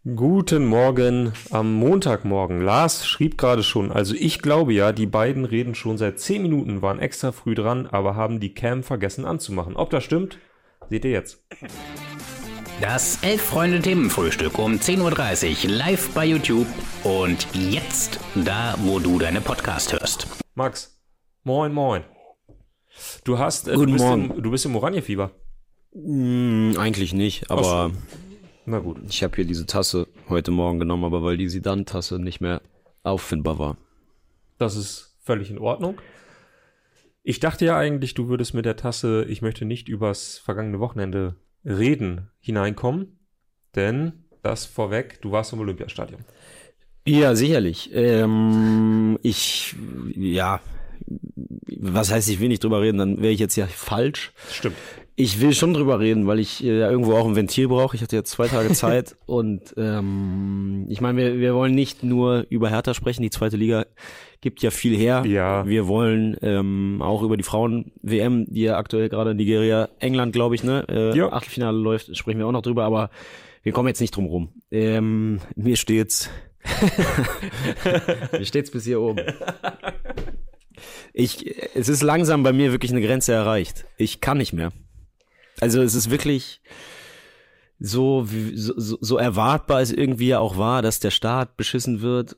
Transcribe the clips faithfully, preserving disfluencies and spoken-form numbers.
Guten Morgen am Montagmorgen. Lars schrieb gerade schon, also ich glaube ja, die beiden reden schon seit zehn Minuten, waren extra früh dran, aber haben die Cam vergessen anzumachen. Ob das stimmt, seht ihr jetzt. Das Elf-Freunde-Themenfrühstück um zehn Uhr dreißig live bei YouTube und jetzt da, wo du deine Podcast hörst. Max, moin moin. Du hast, äh, Guten du bist Morgen. Im, du bist im Oranje-Fieber. Mm, eigentlich nicht, aber Na gut. ich habe hier diese Tasse heute Morgen genommen, aber weil die Zidane-Tasse nicht mehr auffindbar war. Das ist völlig in Ordnung. Ich dachte ja eigentlich, du würdest mit der Tasse, ich möchte nicht übers vergangene Wochenende reden, hineinkommen. Denn, das vorweg, du warst im Olympiastadion. Ja, sicherlich. Ähm, ich, ja, was heißt, ich will nicht drüber reden, dann wäre ich jetzt ja falsch. Stimmt. Ich will schon drüber reden, weil ich äh, irgendwo auch ein Ventil brauche. Ich hatte jetzt zwei Tage Zeit und ähm, ich meine, wir, wir wollen nicht nur über Hertha sprechen. Die zweite Liga gibt ja viel her. Ja. Wir wollen ähm, auch über die Frauen-W M, die ja aktuell gerade Nigeria, England, glaube ich, ne, äh, Ja. Achtelfinale läuft, sprechen wir auch noch drüber, aber wir kommen jetzt nicht drum rum. Ähm, mir steht's, mir steht's bis hier oben. Ich, es ist langsam bei mir wirklich eine Grenze erreicht. Ich kann nicht mehr. Also es ist wirklich so, wie- so, so so erwartbar es irgendwie ja auch war, dass der Start beschissen wird.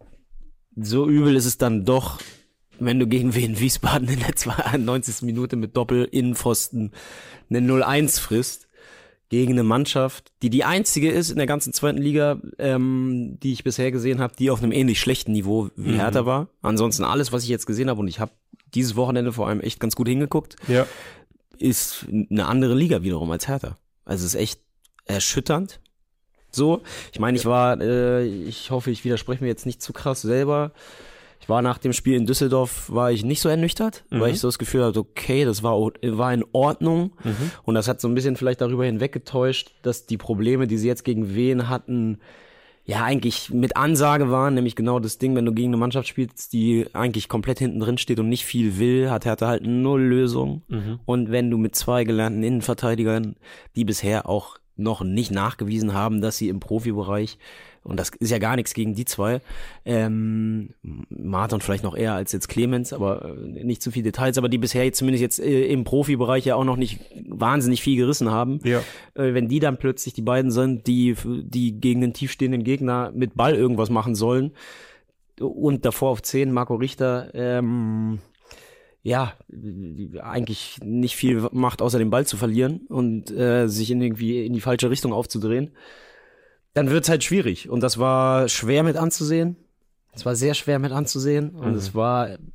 So übel ist es dann doch, wenn du gegen Wien Wiesbaden in der zweiundneunzigsten Minute mit Doppel-Innenpfosten eine null eins frisst. Gegen eine Mannschaft, die die einzige ist in der ganzen zweiten Liga, ähm, die ich bisher gesehen habe, die auf einem ähnlich schlechten Niveau wie Mhm. Hertha war. Ansonsten alles, was ich jetzt gesehen habe, und ich habe dieses Wochenende vor allem echt ganz gut hingeguckt, Ja. ist eine andere Liga wiederum als Hertha. Also es ist echt erschütternd. So, ich meine, ich war, äh, ich hoffe, ich widerspreche mir jetzt nicht zu krass selber. Ich war nach dem Spiel in Düsseldorf, war ich nicht so ernüchtert, Mhm. weil ich so das Gefühl hatte, okay, das war, war in Ordnung. Mhm. Und das hat so ein bisschen vielleicht darüber hinweggetäuscht, dass die Probleme, die sie jetzt gegen Wien hatten, ja eigentlich mit Ansage waren, nämlich genau das Ding, wenn du gegen eine Mannschaft spielst, die eigentlich komplett hinten drin steht und nicht viel will, hat Hertha halt null Lösung. Mhm. Und wenn du mit zwei gelernten Innenverteidigern, die bisher auch noch nicht nachgewiesen haben, dass sie im Profibereich, und das ist ja gar nichts gegen die zwei, ähm, Martin vielleicht noch eher als jetzt Clemens, aber äh, nicht zu viel Details, aber die bisher jetzt zumindest jetzt äh, im Profibereich ja auch noch nicht wahnsinnig viel gerissen haben. Ja. Äh, wenn die dann plötzlich die beiden sind, die, die gegen den tiefstehenden Gegner mit Ball irgendwas machen sollen, und davor auf zehn Marco Richter, ähm, ja, eigentlich nicht viel macht, außer den Ball zu verlieren und äh, sich in irgendwie in die falsche Richtung aufzudrehen, dann wird's halt schwierig. Und das war schwer mit anzusehen. Es war sehr schwer mit anzusehen. Und Mhm. es war äh,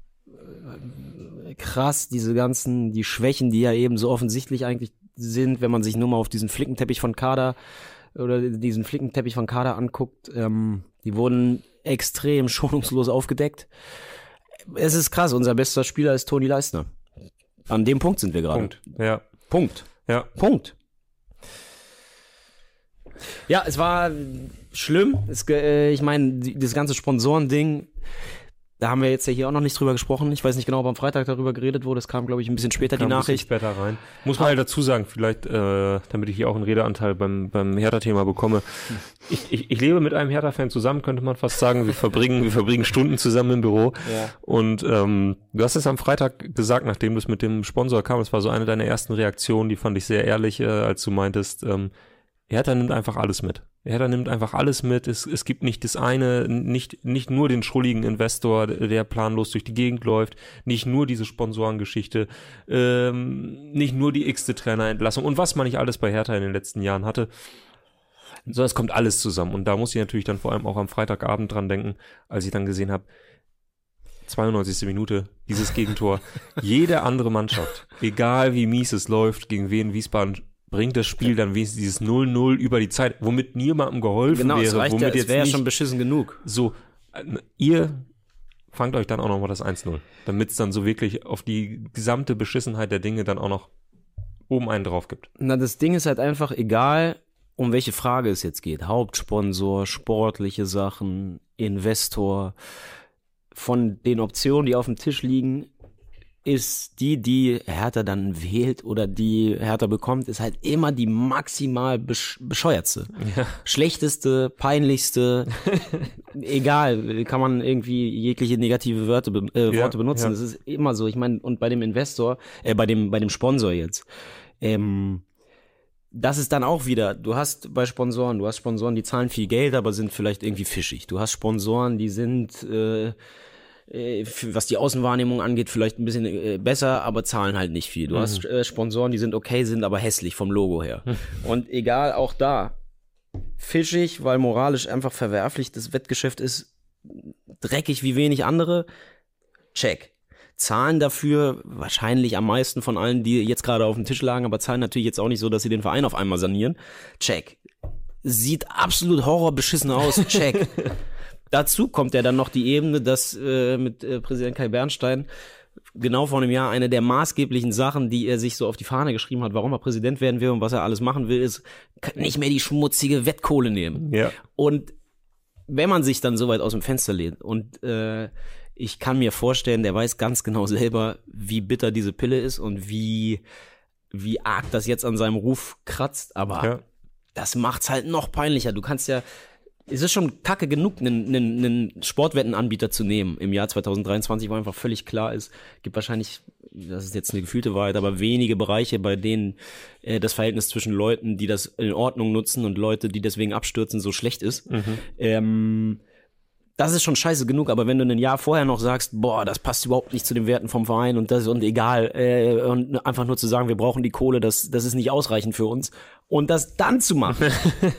krass, diese ganzen, die Schwächen, die ja eben so offensichtlich eigentlich sind, wenn man sich nur mal auf diesen Flickenteppich von Kader oder diesen Flickenteppich von Kader anguckt, ähm, die wurden extrem schonungslos aufgedeckt. Es ist krass, unser bester Spieler ist Toni Leistner. An dem Punkt sind wir gerade. Punkt. Ja. Punkt. Ja. Punkt. Ja, es war schlimm. Es, ge- äh, ich meine, die- das ganze Sponsorending, da haben wir jetzt ja hier auch noch nicht drüber gesprochen. Ich weiß nicht genau, ob am Freitag darüber geredet wurde. Es kam, glaube ich, ein bisschen später Kam die ein bisschen Nachricht. später rein. Muss man halt dazu sagen, vielleicht, äh, damit ich hier auch einen Redeanteil beim, beim Hertha-Thema bekomme. Ich, ich, ich lebe mit einem Hertha-Fan zusammen, könnte man fast sagen. Wir verbringen, wir verbringen Stunden zusammen im Büro. Ja. Und ähm, du hast es am Freitag gesagt, nachdem das mit dem Sponsor kam. Das war so eine deiner ersten Reaktionen, die fand ich sehr ehrlich, äh, als du meintest, ähm, Hertha nimmt einfach alles mit. Hertha nimmt einfach alles mit. Es, es gibt nicht das eine, nicht, nicht nur den schrulligen Investor, der planlos durch die Gegend läuft, nicht nur diese Sponsorengeschichte, ähm, nicht nur die x-te Trainerentlassung und was man nicht alles bei Hertha in den letzten Jahren hatte. So, es kommt alles zusammen. Und da muss ich natürlich dann vor allem auch am Freitagabend dran denken, als ich dann gesehen habe, zweiundneunzigste Minute, dieses Gegentor. Jede andere Mannschaft, egal wie mies es läuft, gegen Wien Wiesbaden, bringt das Spiel dann wenigstens dieses null null über die Zeit, womit niemandem geholfen Genau, wäre. es reicht ja, womit es jetzt wäre ja nicht schon beschissen genug. so, äh, ihr fangt euch dann auch nochmal das eins null, damit es dann so wirklich auf die gesamte Beschissenheit der Dinge dann auch noch oben einen drauf gibt. Na, das Ding ist halt einfach, egal um welche Frage es jetzt geht, Hauptsponsor, sportliche Sachen, Investor, von den Optionen, die auf dem Tisch liegen, ist die, die Hertha dann wählt oder die Hertha bekommt, ist halt immer die maximal besch- bescheuertste. Ja. Schlechteste, peinlichste, egal, kann man irgendwie jegliche negative Wörter, be- äh, Ja, Worte benutzen. ja. Das ist immer so. Ich meine, und bei dem Investor, äh, bei dem, bei dem Sponsor jetzt, ähm, das ist dann auch wieder, du hast bei Sponsoren, du hast Sponsoren, die zahlen viel Geld, aber sind vielleicht irgendwie fischig. Du hast Sponsoren, die sind, äh, äh, für, was die Außenwahrnehmung angeht, vielleicht ein bisschen äh, besser, aber zahlen halt nicht viel. Du Mhm. hast äh, Sponsoren, die sind okay, sind aber hässlich vom Logo her. Und egal, auch da, fischig, weil moralisch einfach verwerflich, das Wettgeschäft ist dreckig wie wenig andere, check. Zahlen dafür wahrscheinlich am meisten von allen, die jetzt gerade auf dem Tisch lagen, aber zahlen natürlich jetzt auch nicht so, dass sie den Verein auf einmal sanieren. Check. Sieht absolut horrorbeschissen aus. Check. Dazu kommt ja dann noch die Ebene, dass äh, mit äh, Präsident Kai Bernstein genau vor einem Jahr eine der maßgeblichen Sachen, die er sich so auf die Fahne geschrieben hat, warum er Präsident werden will und was er alles machen will, ist nicht mehr die schmutzige Wettkohle nehmen. Ja. Und wenn man sich dann so weit aus dem Fenster lehnt und äh, ich kann mir vorstellen, der weiß ganz genau selber, wie bitter diese Pille ist und wie, wie arg das jetzt an seinem Ruf kratzt, aber Ja. das macht's halt noch peinlicher. Du kannst ja, es ist schon kacke genug, einen, einen, einen Sportwettenanbieter zu nehmen im Jahr zwanzig dreiundzwanzig, wo einfach völlig klar ist, gibt wahrscheinlich, das ist jetzt eine gefühlte Wahrheit, aber wenige Bereiche, bei denen äh, das Verhältnis zwischen Leuten, die das in Ordnung nutzen und Leute, die deswegen abstürzen, so schlecht ist. Mhm. Ähm, das ist schon scheiße genug, aber wenn du ein Jahr vorher noch sagst, boah, das passt überhaupt nicht zu den Werten vom Verein und das und egal, äh, und einfach nur zu sagen, wir brauchen die Kohle, das, das ist nicht ausreichend für uns und das dann zu machen.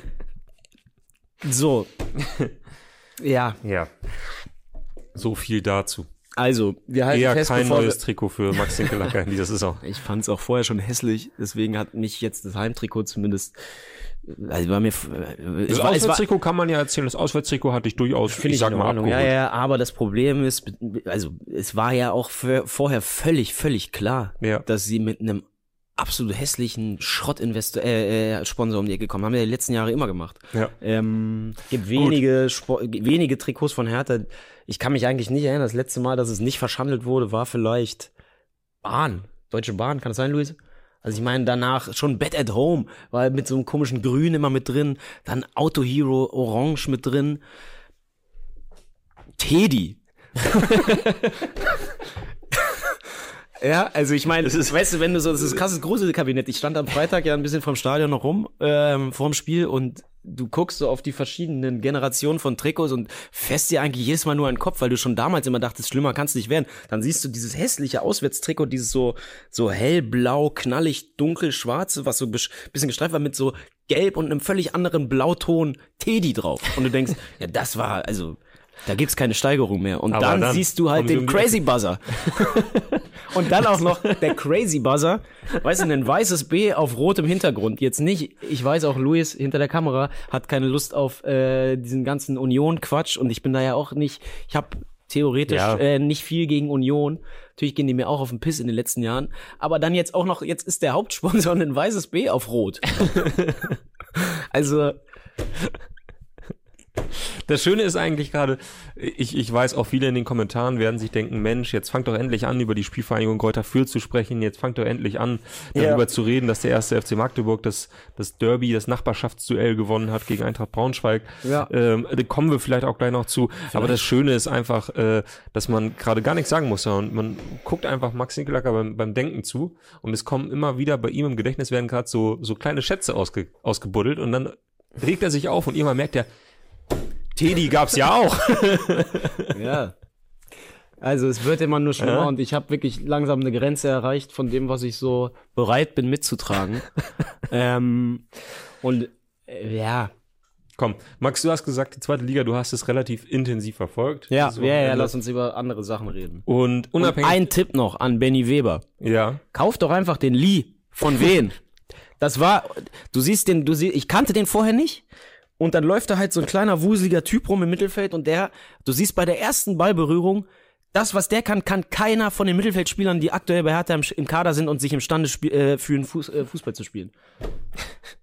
So. Ja, Ja. So viel dazu. also, wir halten Eher fest, kein bevor neues wir, Trikot für Max Hinkelhacker in dieser Saison. ich fand es auch vorher schon hässlich, deswegen hat mich jetzt das Heimtrikot zumindest, also war mir, Das es war, es war, Auswärtstrikot kann man ja erzählen. Das Auswärtstrikot hatte ich durchaus, finde ich ich sag in mal, Ordnung. Ja, abgeholt. ja, aber das Problem ist, also es war ja auch für, vorher völlig, völlig klar, Ja. dass sie mit einem absolut hässlichen Schrottinvestor, äh, äh, Sponsor um die Ecke kommen. Haben wir die letzten Jahre immer gemacht. Ja. Ähm, gibt wenige, Spo- wenige Trikots von Hertha. Ich kann mich eigentlich nicht erinnern. Das letzte Mal, dass es nicht verschandelt wurde, war vielleicht Bahn. Deutsche Bahn, kann das sein, Luis? Also ich meine, danach schon Bet at Home, war mit so einem komischen Grün immer mit drin. Dann Auto Hero Orange mit drin. Teddy. Ja, also ich meine, weißt du, wenn du so, das ist ein krasses Gruselkabinett. Ich stand am Freitag ja ein bisschen vom Stadion noch rum, ähm, vorm Spiel und du guckst so auf die verschiedenen Generationen von Trikots und fährst dir eigentlich jedes Mal nur an den Kopf, weil du schon damals immer dachtest, schlimmer kann's nicht werden. Dann siehst du dieses hässliche Auswärtstrikot, dieses so, so hellblau, knallig, dunkel, schwarze, was so ein bisschen gestreift war mit so gelb und einem völlig anderen Blauton Teddy drauf. Und du denkst, ja, das war, also, da gibt's keine Steigerung mehr. Und Aber dann, dann siehst du halt kommen sie den um die Crazy Buzzer. Und dann auch noch der Crazy Buzzer, weißt du, ein weißes B auf rotem Hintergrund. Jetzt nicht, ich weiß auch, Luis hinter der Kamera hat keine Lust auf äh, diesen ganzen Union-Quatsch und ich bin da ja auch nicht, ich habe theoretisch Ja. äh, nicht viel gegen Union. Natürlich gehen die mir auch auf den Piss in den letzten Jahren. Aber dann jetzt auch noch, jetzt ist der Hauptsponsor ein weißes B auf rot. Also... Das Schöne ist eigentlich gerade, ich, ich weiß auch, viele in den Kommentaren werden sich denken, Mensch, jetzt fangt doch endlich an, über die Spielvereinigung Greuther Fürth zu sprechen, jetzt fangt doch endlich an, darüber Ja. zu reden, dass der erste F C Magdeburg das, das Derby, das Nachbarschaftsduell gewonnen hat gegen Eintracht Braunschweig. Ja. Ähm, da kommen wir vielleicht auch gleich noch zu. Aber das Schöne ist einfach, äh, dass man gerade gar nichts sagen muss. Ja, und man guckt einfach Max Hinkelhacker beim, beim Denken zu und es kommen immer wieder bei ihm im Gedächtnis werden gerade so, so kleine Schätze ausge, ausgebuddelt und dann regt er sich auf und irgendwann merkt er, Teddy gab's ja auch. Ja. Also es wird immer nur schlimmer Ja. und ich habe wirklich langsam eine Grenze erreicht von dem, was ich so bereit bin mitzutragen. ähm, und äh, ja. Komm, Max, du hast gesagt, die zweite Liga, du hast es relativ intensiv verfolgt. Ja, So, ja, ja, äh, lass uns über andere Sachen reden. Und Und unabhängig. ein Tipp noch an Benny Weber. ja. Kauf doch einfach den Lee. Von wen? Das war, du siehst den, du siehst, ich kannte den vorher nicht. Und dann läuft da halt so ein kleiner, wuseliger Typ rum im Mittelfeld und der, du siehst bei der ersten Ballberührung, das, was der kann, kann keiner von den Mittelfeldspielern, die aktuell bei Hertha im, im Kader sind und sich imstande spiel, äh, fühlen, Fuß, äh, Fußball zu spielen.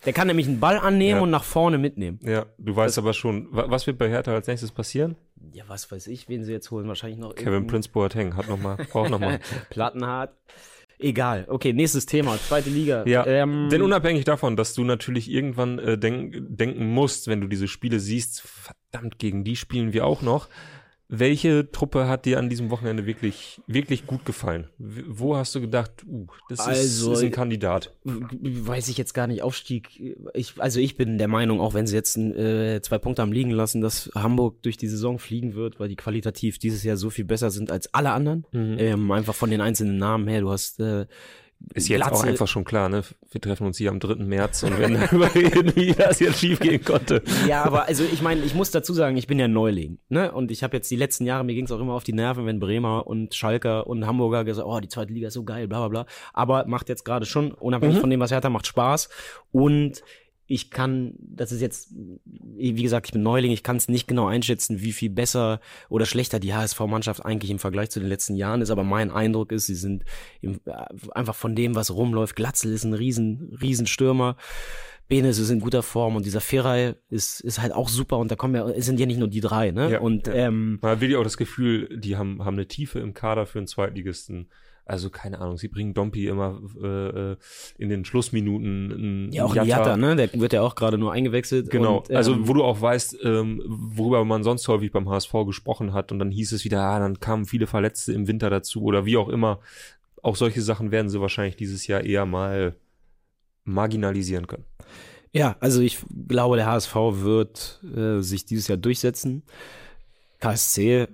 Der kann nämlich einen Ball annehmen Ja. und nach vorne mitnehmen. Ja, du weißt aber schon, wa- was wird bei Hertha als nächstes passieren? Ja, was weiß ich, wen sie jetzt holen. Wahrscheinlich noch Kevin irgendeinen Prince Boateng hat noch mal, braucht nochmal. Plattenhardt. Egal. Okay, nächstes Thema. Zweite Liga. Ja, ähm, denn unabhängig davon, dass du natürlich irgendwann äh, denk, denken musst, wenn du diese Spiele siehst, verdammt, gegen die spielen wir auch noch. Welche Truppe hat dir an diesem Wochenende wirklich, wirklich gut gefallen? W- Wo hast du gedacht, uh, das ist, Also, ist ein Kandidat? weiß ich jetzt gar nicht, Aufstieg. Ich, also ich bin der Meinung, auch wenn sie jetzt äh, zwei Punkte haben liegen lassen, dass Hamburg durch die Saison fliegen wird, weil die qualitativ dieses Jahr so viel besser sind als alle anderen. Mhm. Ähm, einfach von den einzelnen Namen her. Du hast äh, Ist jetzt auch Glatze- einfach schon klar, ne? Wir treffen uns hier am dritten März und werden darüber reden, wie das jetzt schief gehen konnte. Ja, aber also ich meine, ich muss dazu sagen, ich bin ja Neuling, ne? Und ich habe jetzt die letzten Jahre, mir ging es auch immer auf die Nerven, wenn Bremer und Schalker und Hamburger gesagt, oh, die zweite Liga ist so geil, bla bla bla. Aber macht jetzt gerade schon, unabhängig Mhm. von dem, was Hertha macht, Spaß. Und ich kann, das ist jetzt, wie gesagt, ich bin Neuling, ich kann es nicht genau einschätzen, wie viel besser oder schlechter die H S V-Mannschaft eigentlich im Vergleich zu den letzten Jahren ist, aber mein Eindruck ist, sie sind im, einfach von dem, was rumläuft. Glatzel ist ein riesen, riesen Stürmer. Benes ist in guter Form und dieser Feray ist, ist halt auch super und da kommen ja, es sind ja nicht nur die drei, ne? Ja, und ja. ähm, Man will ja auch das Gefühl, die haben, haben eine Tiefe im Kader für einen Zweitligisten. Also keine Ahnung, sie bringen Dompi immer äh, in den Schlussminuten. Einen ja, auch ein Jatta, ne? Der wird ja auch gerade nur eingewechselt. Genau, und, ähm, also wo du auch weißt, ähm, worüber man sonst häufig beim H S V gesprochen hat und dann hieß es wieder, ah, dann kamen viele Verletzte im Winter dazu oder wie auch immer. Auch solche Sachen werden sie wahrscheinlich dieses Jahr eher mal marginalisieren können. Ja, also ich glaube, der H S V wird äh, sich dieses Jahr durchsetzen. K S C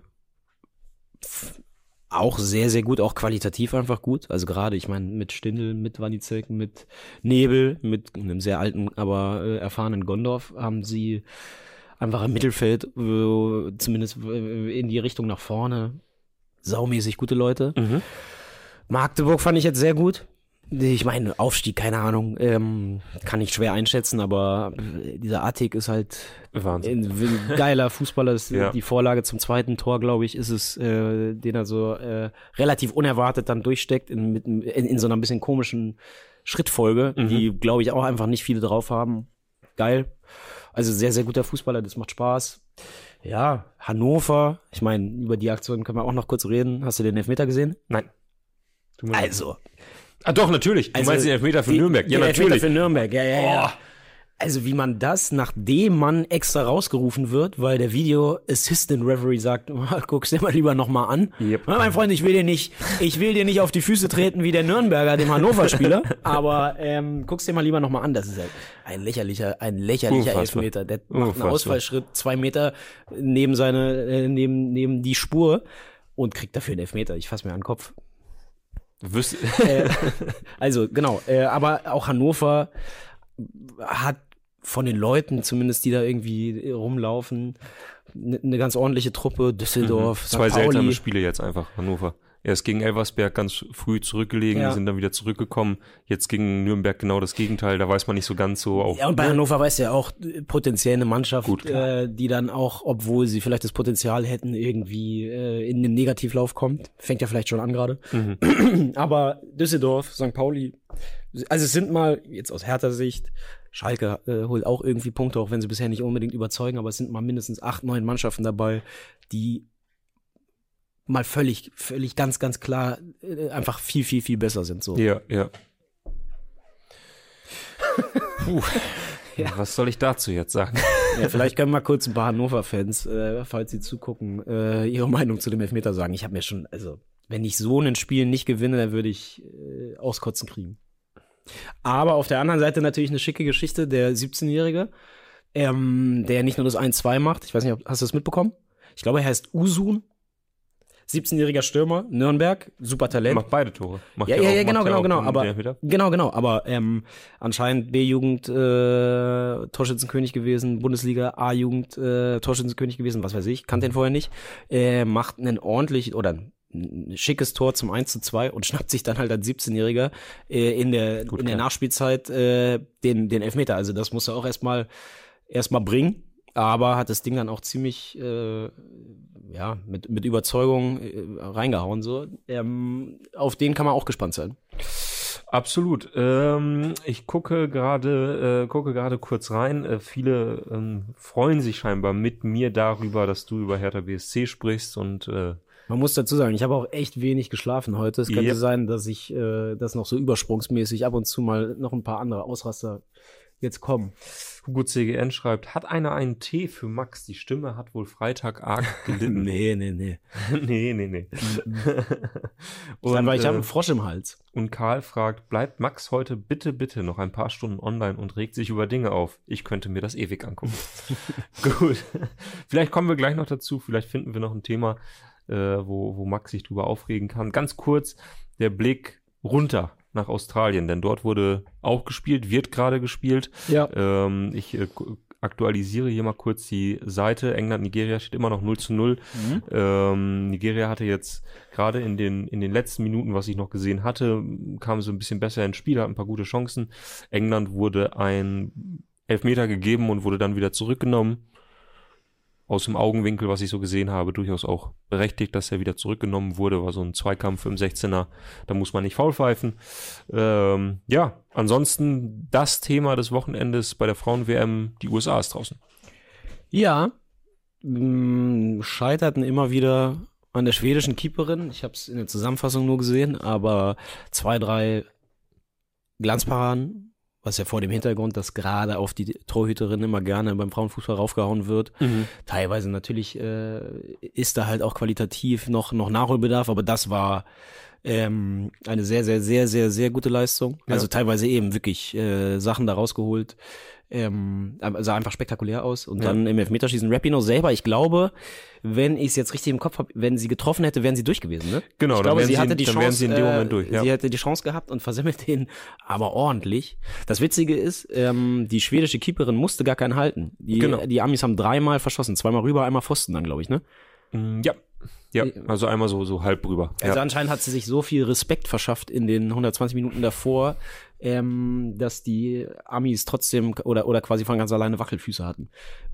f- auch sehr, sehr gut, auch qualitativ einfach gut. Also gerade, ich meine, mit Stindl, mit Wanizek, mit Nebel, mit einem sehr alten, aber äh, erfahrenen Gondorf haben sie einfach im Mittelfeld, äh, zumindest äh, in die Richtung nach vorne, saumäßig gute Leute. Magdeburg fand ich jetzt sehr gut. Ich meine, Aufstieg, keine Ahnung, ähm, kann ich schwer einschätzen, aber dieser Attic ist halt Wahnsinn. ein geiler Fußballer. Das ist Ja. die Vorlage zum zweiten Tor, glaube ich, ist es, äh, den er so äh, relativ unerwartet dann durchsteckt in, mit, in, in so einer bisschen komischen Schrittfolge, Mhm. die, glaube ich, auch einfach nicht viele drauf haben. Geil. Also sehr, sehr guter Fußballer, das macht Spaß. Ja, Hannover, ich meine, über die Aktion können wir auch noch kurz reden. Hast du den Elfmeter gesehen? Nein. Tut mir leid. Also, Ah, doch, natürlich. Du Also, meinst den Elfmeter für die- Nürnberg. Ja, den Elfmeter natürlich. für Nürnberg, ja, ja, ja. Oh. Also wie man das, nachdem man extra rausgerufen wird, weil der Video Assistant Referee sagt, oh, guck's dir mal lieber nochmal an. Yep. Ja, mein Freund, ich will dir nicht, ich will dir nicht auf die Füße treten wie der Nürnberger, dem Hannover-Spieler, aber ähm, guck's dir mal lieber nochmal an. Das ist halt ein lächerlicher, ein lächerlicher Unfassbar. Elfmeter. Der macht Unfassbar. einen Ausfallschritt, zwei Meter neben seine, äh, neben, neben die Spur und kriegt dafür einen Elfmeter. Ich fass mir an den Kopf. Wüs- äh, also genau, äh, aber auch Hannover hat von den Leuten zumindest, die da irgendwie rumlaufen, eine ne ganz ordentliche Truppe. Düsseldorf, Zwei Sankt Pauli. seltsame Spiele jetzt einfach, Hannover. Erst gegen Elversberg ganz früh zurückgelegen, Ja. die sind dann wieder zurückgekommen. Jetzt gegen Nürnberg genau das Gegenteil, da weiß man nicht so ganz so. Auch, Ja, und bei Hannover weiß ja auch äh, potenziell eine Mannschaft, Gut, klar. äh, die dann auch, obwohl sie vielleicht das Potenzial hätten, irgendwie äh, in den Negativlauf kommt. Fängt ja vielleicht schon an gerade. Mhm. Aber Düsseldorf, Sankt Pauli, also es sind mal, jetzt aus Hertha Sicht, Schalke äh, holt auch irgendwie Punkte, auch wenn sie bisher nicht unbedingt überzeugen, aber es sind mal mindestens acht, neun Mannschaften dabei, die mal völlig, völlig ganz, ganz klar äh, einfach viel, viel, viel besser sind. So. Ja, ja. Puh. Ja. Was soll ich dazu jetzt sagen? Ja, vielleicht können mal kurz ein paar Hannover-Fans, äh, falls sie zugucken, äh, ihre Meinung zu dem Elfmeter sagen. Ich habe mir schon, also wenn ich so ein Spiel nicht gewinne, dann würde ich äh, auskotzen kriegen. Aber auf der anderen Seite natürlich eine schicke Geschichte, der siebzehnjährige, ähm, der nicht nur das eins zwei macht. Ich weiß nicht, ob, hast du das mitbekommen? Ich glaube, er heißt Usun. siebzehnjähriger Stürmer, Nürnberg, super Talent. Macht beide Tore. Macht Ja, ja ja, auch- ja, genau, macht genau, auch genau. den Aber Elfmeter. genau, genau. Aber ähm, anscheinend B-Jugend äh, Torschützenkönig gewesen, Bundesliga A-Jugend äh, Torschützenkönig gewesen, was weiß ich, kannte den vorher nicht. Äh, macht einen ordentlich oder ein ein schickes Tor zum eins zu zwei und schnappt sich dann halt als siebzehnjähriger äh, in der Gut, in der klar. Nachspielzeit äh, den den Elfmeter. Also das muss er auch erstmal erstmal bringen. Aber hat das Ding dann auch ziemlich äh, ja mit mit Überzeugung äh, reingehauen so. Ähm, auf den kann man auch gespannt sein. Absolut. Ähm, ich gucke gerade äh, gucke gerade kurz rein. Äh, viele ähm, freuen sich scheinbar mit mir darüber, dass du über Hertha B S C sprichst und äh, Man muss dazu sagen, ich habe auch echt wenig geschlafen heute. Es könnte Yep. sein, dass ich äh, das noch so übersprungsmäßig ab und zu mal noch ein paar andere Ausraster jetzt kommen. Hugo C G N schreibt, hat einer einen Tee für Max? Die Stimme hat wohl Freitag arg gelitten. nee, nee, nee. nee, nee, nee. und, Aber ich äh, habe einen Frosch im Hals. Und Karl fragt, bleibt Max heute bitte, bitte noch ein paar Stunden online und regt sich über Dinge auf? Ich könnte mir das ewig angucken. Gut. Vielleicht kommen wir gleich noch dazu. Vielleicht finden wir noch ein Thema, äh, wo, wo Max sich drüber aufregen kann. Ganz kurz der Blick runter nach Australien, denn dort wurde auch gespielt, wird gerade gespielt. Ja. Ähm, ich äh, aktualisiere hier mal kurz die Seite. England-Nigeria steht immer noch null zu null. Mhm. Ähm, Nigeria hatte jetzt gerade in den, in den letzten Minuten, was ich noch gesehen hatte, kam so ein bisschen besser ins Spiel, hat ein paar gute Chancen. England wurde ein Elfmeter gegeben und wurde dann wieder zurückgenommen. Aus dem Augenwinkel, was ich so gesehen habe, durchaus auch berechtigt, dass er wieder zurückgenommen wurde. War so ein Zweikampf im sechzehner. Da muss man nicht faul pfeifen. Ähm, ja, ansonsten das Thema des Wochenendes bei der Frauen-W M, die U S A ist draußen. Ja, mh, scheiterten immer wieder an der schwedischen Keeperin. Ich habe es in der Zusammenfassung nur gesehen, aber zwei, drei Glanzparaden, was ja vor dem Hintergrund, dass gerade auf die Torhüterin immer gerne beim Frauenfußball raufgehauen wird. Mhm. Teilweise natürlich äh, ist da halt auch qualitativ noch noch Nachholbedarf, aber das war ähm, eine sehr, sehr, sehr, sehr, sehr gute Leistung. Ja. Also teilweise eben wirklich äh, Sachen da rausgeholt. Ähm, sah einfach spektakulär aus. Und ja. dann im Elfmeterschießen Rapinoe selber, ich glaube, wenn ich es jetzt richtig im Kopf habe, wenn sie getroffen hätte, wären sie durch gewesen, ne? Genau, ich glaube, dann, sie sie, hatte die dann Chance, wären sie in dem Moment durch. Ja. Sie hätte die Chance gehabt und versemmelt den aber ordentlich. Das Witzige ist, ähm, die schwedische Keeperin musste gar keinen halten. Die, genau. die Amis haben dreimal verschossen, zweimal rüber, einmal Pfosten dann, glaube ich, ne? Ja. Ja, also einmal so, so halb rüber. Also ja. anscheinend hat sie sich so viel Respekt verschafft in den hundertzwanzig Minuten davor, ähm, dass die Amis trotzdem oder oder quasi von ganz alleine Wackelfüße hatten.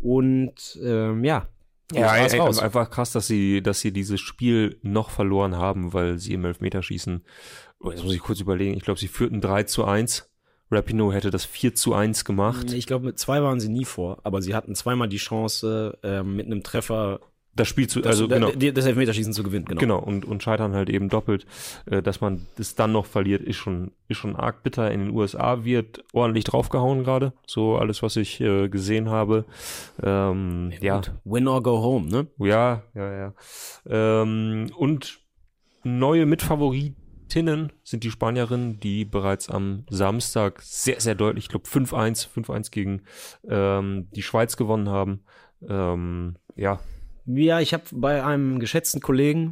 Und ähm, ja, ja, ey, raus. Einfach krass, dass sie, dass sie dieses Spiel noch verloren haben, weil sie im Elfmeterschießen, oh, jetzt muss ich kurz überlegen, ich glaube, sie führten drei zu eins. Rapinoe hätte das vier zu eins gemacht. Ich glaube, mit zwei waren sie nie vor, aber sie hatten zweimal die Chance, äh, mit einem Treffer das Spiel zu, das, also genau. das Elfmeterschießen zu gewinnen, genau. Genau, und, und scheitern halt eben doppelt. Äh, dass man das dann noch verliert, ist schon, ist schon arg bitter. In den U S A wird ordentlich draufgehauen gerade. So alles, was ich äh, gesehen habe. Ähm, ja. ja. Win or go home, ne? Ja, ja, ja. Ähm, und neue Mitfavoritinnen sind die Spanierinnen, die bereits am Samstag sehr, sehr deutlich, ich glaube fünf eins, fünf eins gegen ähm, die Schweiz gewonnen haben. Ähm, ja. Ja, ich habe bei einem geschätzten Kollegen,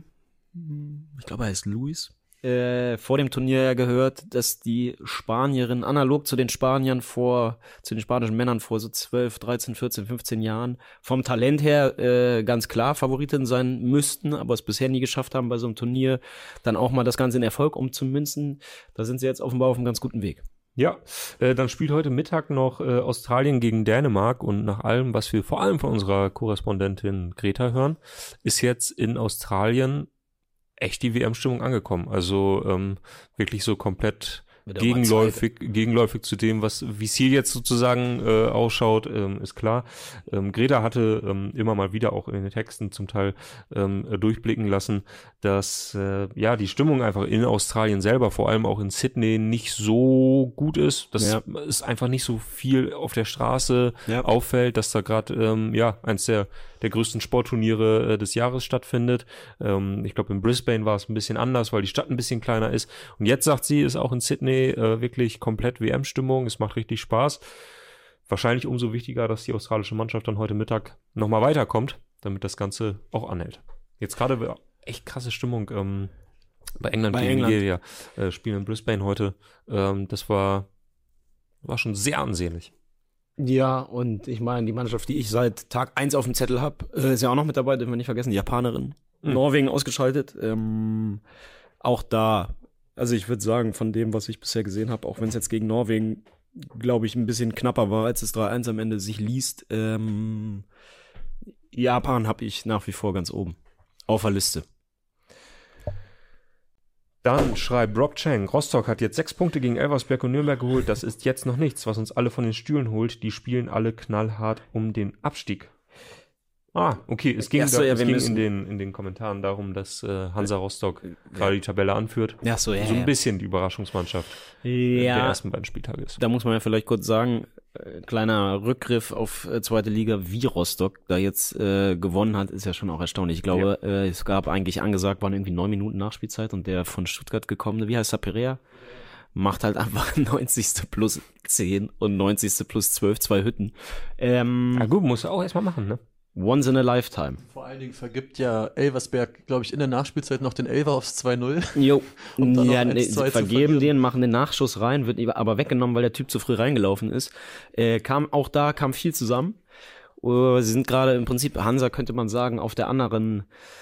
ich glaube, er heißt Luis, äh, vor dem Turnier ja gehört, dass die Spanierinnen analog zu den Spaniern vor, zu den spanischen Männern vor so zwölf, dreizehn, vierzehn, fünfzehn Jahren vom Talent her äh, ganz klar Favoritinnen sein müssten, aber es bisher nie geschafft haben, bei so einem Turnier dann auch mal das Ganze in Erfolg umzumünzen. Da sind sie jetzt offenbar auf einem ganz guten Weg. Ja, äh, dann spielt heute Mittag noch äh, Australien gegen Dänemark und nach allem, was wir vor allem von unserer Korrespondentin Greta hören, ist jetzt in Australien echt die W M-Stimmung angekommen. Also ähm, wirklich so komplett gegenläufig, gegenläufig zu dem, was wie es hier jetzt sozusagen äh, ausschaut, ähm, ist klar. Ähm, Greta hatte ähm, immer mal wieder auch in den Texten zum Teil ähm, durchblicken lassen, dass äh, ja die Stimmung einfach in Australien selber, vor allem auch in Sydney, nicht so gut ist. Dass ja. es einfach nicht so viel auf der Straße ja. auffällt, dass da gerade ähm, ja eins der der größten Sportturniere äh, des Jahres stattfindet. Ähm, ich glaube, in Brisbane war es ein bisschen anders, weil die Stadt ein bisschen kleiner ist. Und jetzt sagt sie, ist auch in Sydney äh, wirklich komplett W M-Stimmung. Es macht richtig Spaß. Wahrscheinlich umso wichtiger, dass die australische Mannschaft dann heute Mittag nochmal weiterkommt, damit das Ganze auch anhält. Jetzt gerade echt krasse Stimmung ähm, bei England bei gegen England. Nigeria. Äh, spielen in Brisbane heute. Ähm, das war, war schon sehr ansehnlich. Ja, und ich meine, die Mannschaft, die ich seit Tag eins auf dem Zettel habe, äh, ist ja auch noch mit dabei, dürfen wir nicht vergessen, die Japanerin. Mhm. Norwegen ausgeschaltet. Ähm, auch da, also ich würde sagen, von dem, was ich bisher gesehen habe, auch wenn es jetzt gegen Norwegen, glaube ich, ein bisschen knapper war, als es drei eins am Ende sich liest, ähm, Japan habe ich nach wie vor ganz oben auf der Liste. Dann schreibt Rob Chang, Rostock hat jetzt sechs Punkte gegen Elversberg und Nürnberg geholt. Das ist jetzt noch nichts, was uns alle von den Stühlen holt. Die spielen alle knallhart um den Abstieg. Ah, okay, es ging, so, da, ja, es wir ging müssen- in, den, in den Kommentaren darum, dass äh, Hansa Rostock gerade die Tabelle anführt. Ja, so, ja, so ein ja. bisschen die Überraschungsmannschaft der Ja, ersten beiden Spieltage ist. da muss man ja vielleicht kurz sagen, äh, kleiner Rückgriff auf äh, zweite Liga, wie Rostock da jetzt äh, gewonnen hat, ist ja schon auch erstaunlich. Ich glaube, äh, es gab eigentlich angesagt, waren irgendwie neun Minuten Nachspielzeit und der von Stuttgart gekommene, wie heißt er, Perea, macht halt einfach neunzigste plus zehn und neunzigste plus zwölf, zwei Hütten. Ähm, Ja gut, musst du auch erstmal machen, ne? once in a lifetime. Vor allen Dingen vergibt ja Elversberg, glaube ich, in der Nachspielzeit noch den Elfer aufs zwei null. Jo, Um dann ja, noch nee, eins zwei sie zu vergeben verlieren. den, machen den Nachschuss rein, wird aber weggenommen, weil der Typ zu früh reingelaufen ist. Äh, kam auch da kam viel zusammen. Uh, sie sind gerade im Prinzip, Hansa könnte man sagen, auf der anderen,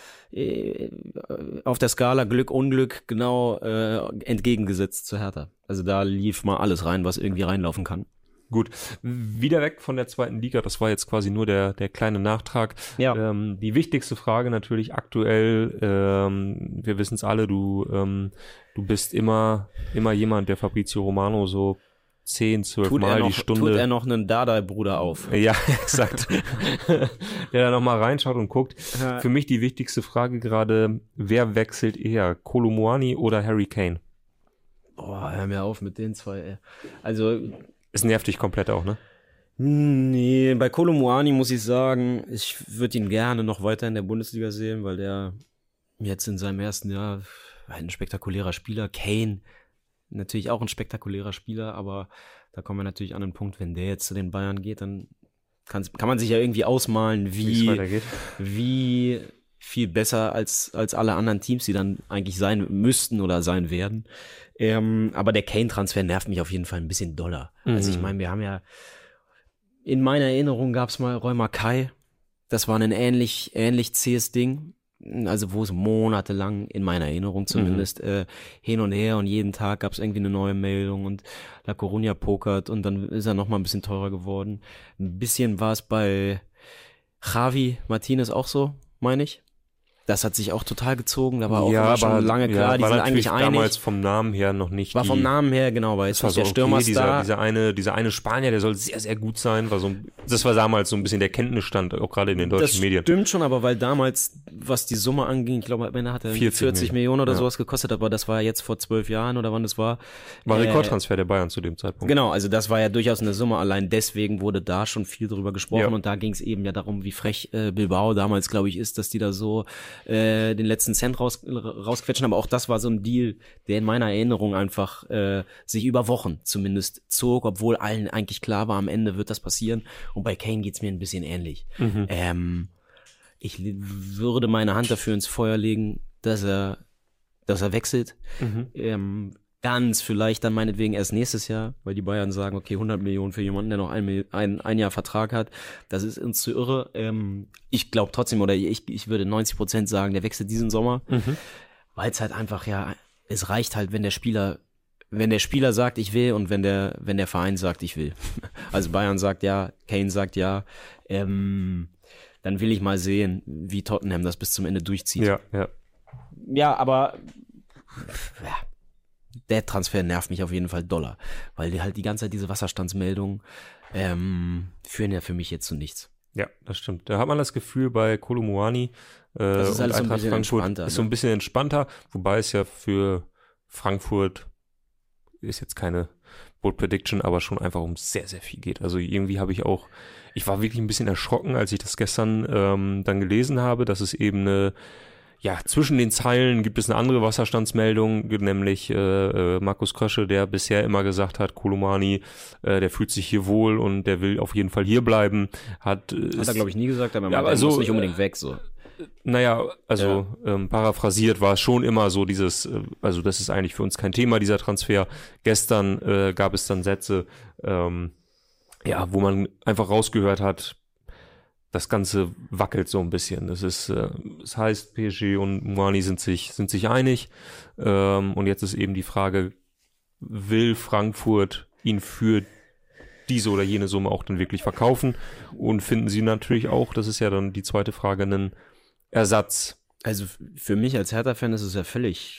äh, auf der Skala Glück, Unglück, genau äh, entgegengesetzt zu Hertha. Also da lief mal alles rein, was irgendwie reinlaufen kann. Gut, wieder weg von der zweiten Liga, das war jetzt quasi nur der, der kleine Nachtrag. Ja. Ähm, die wichtigste Frage natürlich aktuell, ähm, wir wissen es alle, du, ähm, du bist immer, immer jemand, der Fabrizio Romano so zehn, zwölf Tut, er Mal noch, die Stunde... tut er noch einen Dardai-Bruder auf. Ja, exakt. Der da nochmal reinschaut und guckt. Ja. Für mich die wichtigste Frage gerade, wer wechselt eher, Kolo Muani oder Harry Kane? Boah, hör mir auf mit den zwei, ey. Also... Es nervt dich komplett auch, ne? Nee, bei Kolo Muani muss ich sagen, ich würde ihn gerne noch weiter in der Bundesliga sehen, weil der jetzt in seinem ersten Jahr ein spektakulärer Spieler, Kane, natürlich auch ein spektakulärer Spieler, aber da kommen wir natürlich an den Punkt, wenn der jetzt zu den Bayern geht, dann kann's, kann man sich ja irgendwie ausmalen, Wie wie, es weitergeht. wie viel besser als, als alle anderen Teams, die dann eigentlich sein müssten oder sein werden. Ähm, aber der Kane-Transfer nervt mich auf jeden Fall ein bisschen doller. Also ich Mhm. meine, wir haben ja, in meiner Erinnerung gab es mal Roy Mackay. Das war ein ähnlich, ähnlich zähes Ding. Also wo es monatelang, in meiner Erinnerung zumindest, Mhm. äh, hin und her und jeden Tag gab es irgendwie eine neue Meldung und La Coruña pokert und dann ist er nochmal ein bisschen teurer geworden. Ein bisschen war es bei Javi Martinez auch so, meine ich. Das hat sich auch total gezogen, da war auch immer schon lange klar, ja, die war sind natürlich eigentlich einig. damals vom Namen her noch nicht War die, vom Namen her, genau, weil das jetzt war nicht so der okay, Stürmerstar. dieser, dieser eine, dieser eine Spanier, der soll sehr, sehr gut sein, war so, ein- das war damals so ein bisschen der Kenntnisstand, auch gerade in den deutschen das Medien. stimmt schon, aber weil damals, was die Summe anging, ich glaube, am Ende hat er vierzig vierzig Millionen oder ja. sowas gekostet, aber das war jetzt vor zwölf Jahren oder wann das war. War Äh, Rekordtransfer der Bayern zu dem Zeitpunkt. Genau, also das war ja durchaus eine Summe, allein deswegen wurde da schon viel drüber gesprochen Ja. und da ging es eben ja darum, wie frech äh, Bilbao damals, glaube ich, ist, dass die da so äh, den letzten Cent raus, rausquetschen, aber auch das war so ein Deal, der in meiner Erinnerung einfach äh, sich über Wochen zumindest zog, obwohl allen eigentlich klar war, am Ende wird das passieren und bei Kane geht's mir ein bisschen ähnlich. Mhm. Ähm, ich li- würde meine Hand dafür ins Feuer legen, dass er, dass er wechselt. Mhm. Ähm, ganz vielleicht dann meinetwegen erst nächstes Jahr, weil die Bayern sagen, okay, hundert Millionen für jemanden, der noch ein, Mil- ein, ein Jahr Vertrag hat, das ist uns zu irre. Ähm, ich glaube trotzdem, oder ich, ich würde neunzig Prozent sagen, der wechselt diesen Sommer, Mhm. weil es halt einfach, ja, es reicht halt, wenn der Spieler, wenn der Spieler sagt, ich will und wenn der, wenn der Verein sagt, ich will. Also Bayern sagt ja, Kane sagt ja, ähm, dann will ich mal sehen, wie Tottenham das bis zum Ende durchzieht. Ja, ja. Ja, aber ja, der Transfer nervt mich auf jeden Fall doller, weil die halt die ganze Zeit diese Wasserstandsmeldungen ähm, führen ja für mich jetzt zu nichts. Ja, das stimmt. Da hat man das Gefühl bei Kolo Muani äh, Das ist und alles so ein Eintracht bisschen Frankfurt entspannter, ist so ne? ein bisschen entspannter, wobei es ja für Frankfurt ist jetzt keine Bold Prediction, aber schon einfach um sehr, sehr viel geht. Also irgendwie habe ich auch, ich war wirklich ein bisschen erschrocken, als ich das gestern ähm, dann gelesen habe, dass es eben eine, ja, zwischen den Zeilen gibt es eine andere Wasserstandsmeldung, nämlich äh, äh, Markus Krösche, der bisher immer gesagt hat, Kolo Muani, äh, der fühlt sich hier wohl und der will auf jeden Fall hier bleiben. Hat, äh, Hat er, glaube ich, nie gesagt, aber, Ja, ja, aber er so, muss nicht unbedingt weg. So. Naja, also ähm, paraphrasiert war es schon immer so dieses, äh, also das ist eigentlich für uns kein Thema, dieser Transfer. Gestern äh, gab es dann Sätze, ähm, ja, wo man einfach rausgehört hat, das Ganze wackelt so ein bisschen. Das ist, äh, das heißt, P S G und Muani sind sich, sind sich einig. Ähm, und jetzt ist eben die Frage, will Frankfurt ihn für diese oder jene Summe auch dann wirklich verkaufen? Und finden sie natürlich auch, das ist ja dann die zweite Frage, einen Ersatz. Also f- für mich als Hertha-Fan ist es ja völlig,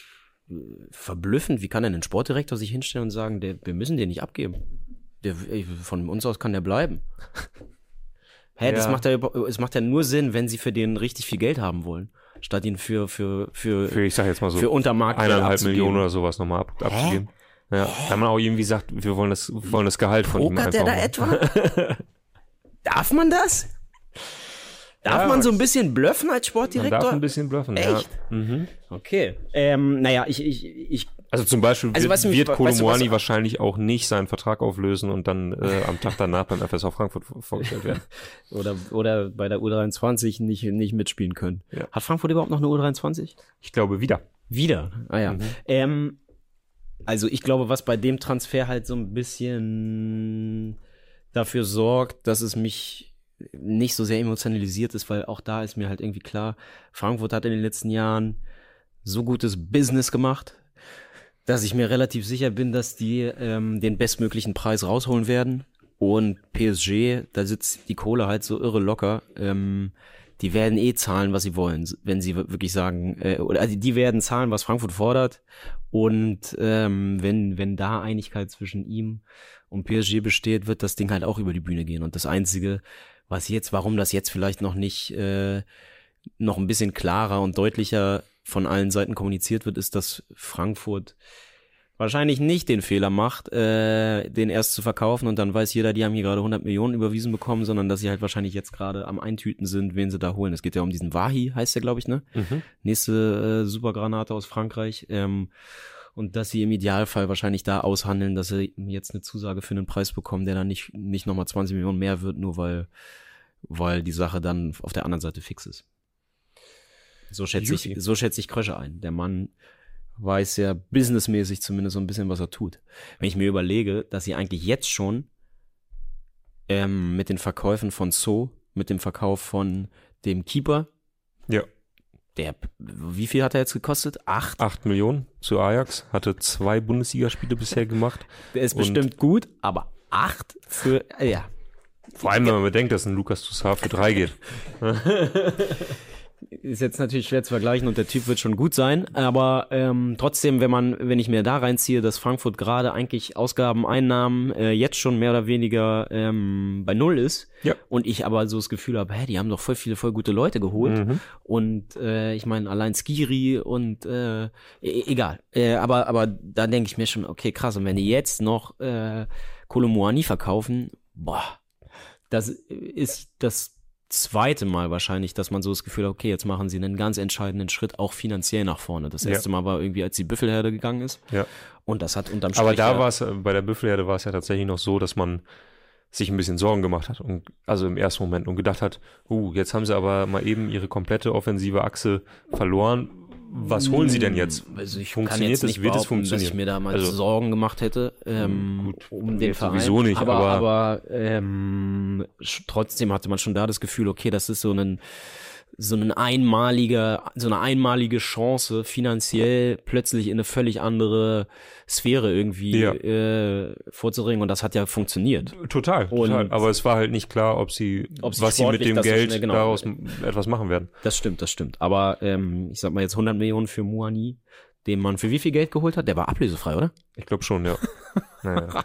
verblüffend. Wie kann denn ein Sportdirektor sich hinstellen und sagen, der, wir müssen den nicht abgeben? Der, von uns aus kann der bleiben. Hä, ja. das macht ja, es macht ja nur Sinn, wenn sie für den richtig viel Geld haben wollen, statt ihn für für für, für ich sag jetzt mal so für Untermarkt eineinhalb Millionen oder sowas nochmal ab, abzugeben. Ja, wenn man auch irgendwie sagt, wir wollen das, wollen das Gehalt von ihm einfach. Pokert der da etwa? Darf man das? Darf Ja, man so ein bisschen bluffen als Man Sportdirektor? darf ein bisschen bluffen, Echt? ja. Mhm. Okay. Ähm, naja, ich, ich, ich. Also zum Beispiel Also, wird, was mich- wird weißt du, Kolomoani was- wahrscheinlich auch nicht seinen Vertrag auflösen und dann äh, am Tag danach beim F S V Frankfurt vor- vorgestellt werden. Oder, oder bei der U dreiundzwanzig nicht, nicht mitspielen können. Ja. Hat Frankfurt überhaupt noch eine U dreiundzwanzig? Ich glaube wieder. Wieder. Ah ja. Mhm. Ähm, also ich glaube, was bei dem Transfer halt so ein bisschen dafür sorgt, dass es mich nicht so sehr emotionalisiert ist, weil auch da ist mir halt irgendwie klar, Frankfurt hat in den letzten Jahren so gutes Business gemacht, dass ich mir relativ sicher bin, dass die ähm, den bestmöglichen Preis rausholen werden. Und P S G, da sitzt die Kohle halt so irre locker. Ähm, die werden eh zahlen, was sie wollen, wenn sie wirklich sagen, äh, oder also die werden zahlen, was Frankfurt fordert. Und ähm, wenn wenn da Einigkeit zwischen ihm und P S G besteht, wird das Ding halt auch über die Bühne gehen. Und das Einzige, was jetzt, warum das jetzt vielleicht noch nicht äh, noch ein bisschen klarer und deutlicher von allen Seiten kommuniziert wird, ist, dass Frankfurt wahrscheinlich nicht den Fehler macht, äh, den erst zu verkaufen und dann weiß jeder, die haben hier gerade hundert Millionen überwiesen bekommen, sondern dass sie halt wahrscheinlich jetzt gerade am Eintüten sind, wen sie da holen. Es geht ja um diesen Wahi, heißt der, glaube ich, ne? Mhm. Nächste äh, Supergranate aus Frankreich. Ähm, und dass sie im Idealfall wahrscheinlich da aushandeln, dass sie jetzt eine Zusage für einen Preis bekommen, der dann nicht nicht nochmal zwanzig Millionen mehr wird, nur weil weil die Sache dann auf der anderen Seite fix ist. So schätze ich, Juti. so schätze ich Krösche ein. Der Mann weiß ja businessmäßig zumindest so ein bisschen, was er tut. Wenn ich mir überlege, dass sie eigentlich jetzt schon ähm, mit den Verkäufen von So, mit dem Verkauf von dem Keeper, Ja. der, wie viel hat er jetzt gekostet? Acht? Acht Millionen zu Ajax, hatte zwei Bundesligaspiele bisher gemacht. Der ist Und- bestimmt gut, aber acht für, äh, ja. Vor allem, wenn man bedenkt, dass ein Lukas Toussaint für drei geht. Ist jetzt natürlich schwer zu vergleichen und der Typ wird schon gut sein, aber ähm, trotzdem, wenn man, wenn ich mir da reinziehe, dass Frankfurt gerade eigentlich Ausgaben, Einnahmen äh, jetzt schon mehr oder weniger ähm, bei Null ist Ja. und ich aber so das Gefühl habe, hä, die haben doch voll viele, voll gute Leute geholt Mhm. und äh, ich meine allein Skiri und äh, e- egal, äh, aber aber da denke ich mir schon, okay krass, und wenn die jetzt noch äh, Kolomoani verkaufen, boah, das ist das zweite Mal wahrscheinlich, dass man so das Gefühl hat, okay, jetzt machen sie einen ganz entscheidenden Schritt auch finanziell nach vorne. Das Ja. erste Mal war irgendwie, als die Büffelherde gegangen ist. Ja. Und das hat unterm Strich... Aber da ja- war es, äh, bei der Büffelherde war es ja tatsächlich noch so, dass man sich ein bisschen Sorgen gemacht hat. Und, also im ersten Moment und gedacht hat, uh, jetzt haben sie aber mal eben ihre komplette offensive Achse verloren. Was holen sie denn jetzt? Also ich Funktioniert kann jetzt das? nicht Wird es behaupten, dass funktionieren? ich mir da mal Also- Sorgen gemacht hätte ähm, Gut, um den jetzt Verein. sowieso nicht, aber, aber- aber ähm, sch- trotzdem hatte man schon da das Gefühl, okay, das ist so ein so ein einmaliger, so eine einmalige Chance, finanziell plötzlich in eine völlig andere Sphäre irgendwie Ja. äh, vorzudringen und das hat ja funktioniert. Total, Und- total. Aber es war halt nicht klar, ob sie, Ob sie was sie mit sportlich dem das so Geld schnell- genau. daraus m- etwas machen werden. Das stimmt, das stimmt. Aber ähm, ich sag mal jetzt hundert Millionen für Muani, den man für wie viel Geld geholt hat? Der war ablösefrei, oder? Ich glaube schon, ja. naja.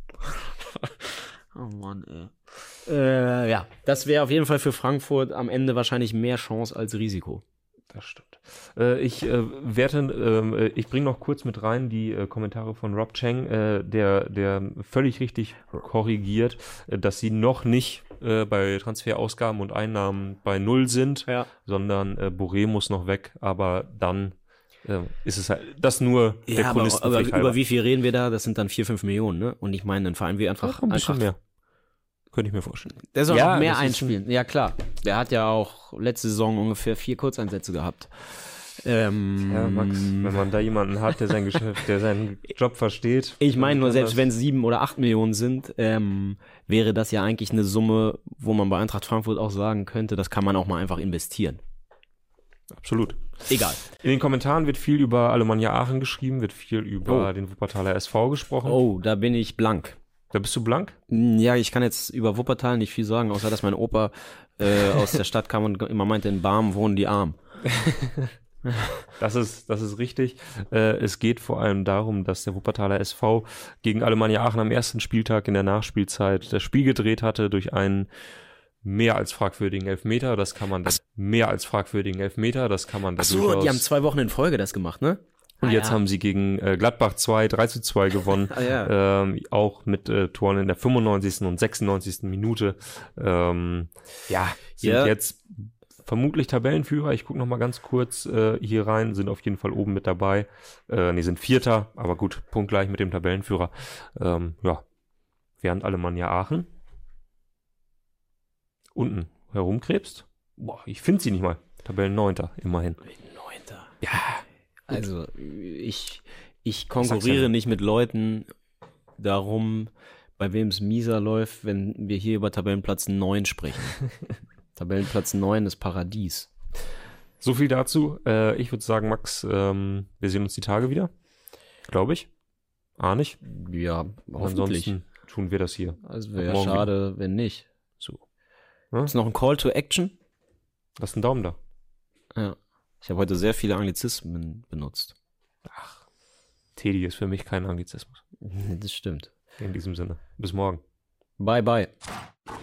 Oh Mann, ey. Äh, ja, das wäre auf jeden Fall für Frankfurt am Ende wahrscheinlich mehr Chance als Risiko. Das stimmt. Äh, ich äh, werte, ähm, äh, ich bringe noch kurz mit rein die äh, Kommentare von Rob Cheng, äh, der, der völlig richtig korrigiert, äh, dass sie noch nicht äh, bei Transferausgaben und Einnahmen bei Null sind, Ja. sondern äh, Boré muss noch weg, aber dann äh, ist es halt, das nur der Ja, aber, aber Chronistenpflicht über halber. wie viel reden wir da? Das sind dann vier, fünf Millionen, ne? Und ich meine, ein Verein wie einfach, Ach, ein bisschen einfach mehr. Könnte ich mir vorstellen. Der soll Ja, auch mehr das ist einspielen. Ja, klar. Der hat ja auch letzte Saison ungefähr vier Kurzeinsätze gehabt. Ähm, Ja, Max, wenn man da jemanden hat, der sein Geschäft, der seinen Job versteht. Ich meine nur, dann selbst das- wenn es sieben oder acht Millionen sind, ähm, wäre das ja eigentlich eine Summe, wo man bei Eintracht Frankfurt auch sagen könnte, das kann man auch mal einfach investieren. Absolut. Egal. In den Kommentaren wird viel über Alemannia Aachen geschrieben, wird viel über Oh. den Wuppertaler S V gesprochen. Oh, da bin ich blank. Da bist du blank? Ja, ich kann jetzt über Wuppertal nicht viel sagen, außer dass mein Opa äh, aus der Stadt kam und immer meinte, in Barmen wohnen die Armen. Das ist, das ist richtig. Äh, es geht vor allem darum, dass der Wuppertaler S V gegen Alemannia Aachen am ersten Spieltag in der Nachspielzeit das Spiel gedreht hatte durch einen mehr als fragwürdigen Elfmeter. Das kann man, das mehr als fragwürdigen Elfmeter, das kann man da Ach so, durchaus. die haben zwei Wochen in Folge das gemacht, ne? Und Ah, jetzt ja. haben sie gegen äh, Gladbach zwei, drei zu zwei gewonnen. Ah, ja. ähm, auch mit äh, Toren in der fünfundneunzigsten und sechsundneunzigsten Minute. Ähm, ja, sind Ja. jetzt vermutlich Tabellenführer. Ich gucke noch mal ganz kurz äh, hier rein. Sind auf jeden Fall oben mit dabei. Äh, nee, sind Vierter, aber gut, punktgleich mit dem Tabellenführer. Ähm, ja, während Alemannia Aachen unten herumkrebst. Boah, ich finde sie nicht mal. Tabellenneunter, immerhin. Neunter. Ja, Also, ich, ich Sag's konkurriere ja. nicht mit Leuten darum, bei wem es mieser läuft, wenn wir hier über Tabellenplatz neun sprechen. Tabellenplatz neun ist Paradies. so viel dazu. Äh, ich würde sagen, Max, ähm, wir sehen uns die Tage wieder. Glaube ich. Ah, nicht? Ja, hoffentlich. Ansonsten tun wir das hier. Also wäre ja morgen schade, wenn nicht. So. Ist noch ein Call to Action? Lass einen Daumen da. Ja. Ich habe heute sehr viele Anglizismen benutzt. Teddy ist für mich kein Anglizismus. Das stimmt. In diesem Sinne. Bis morgen. Bye, bye.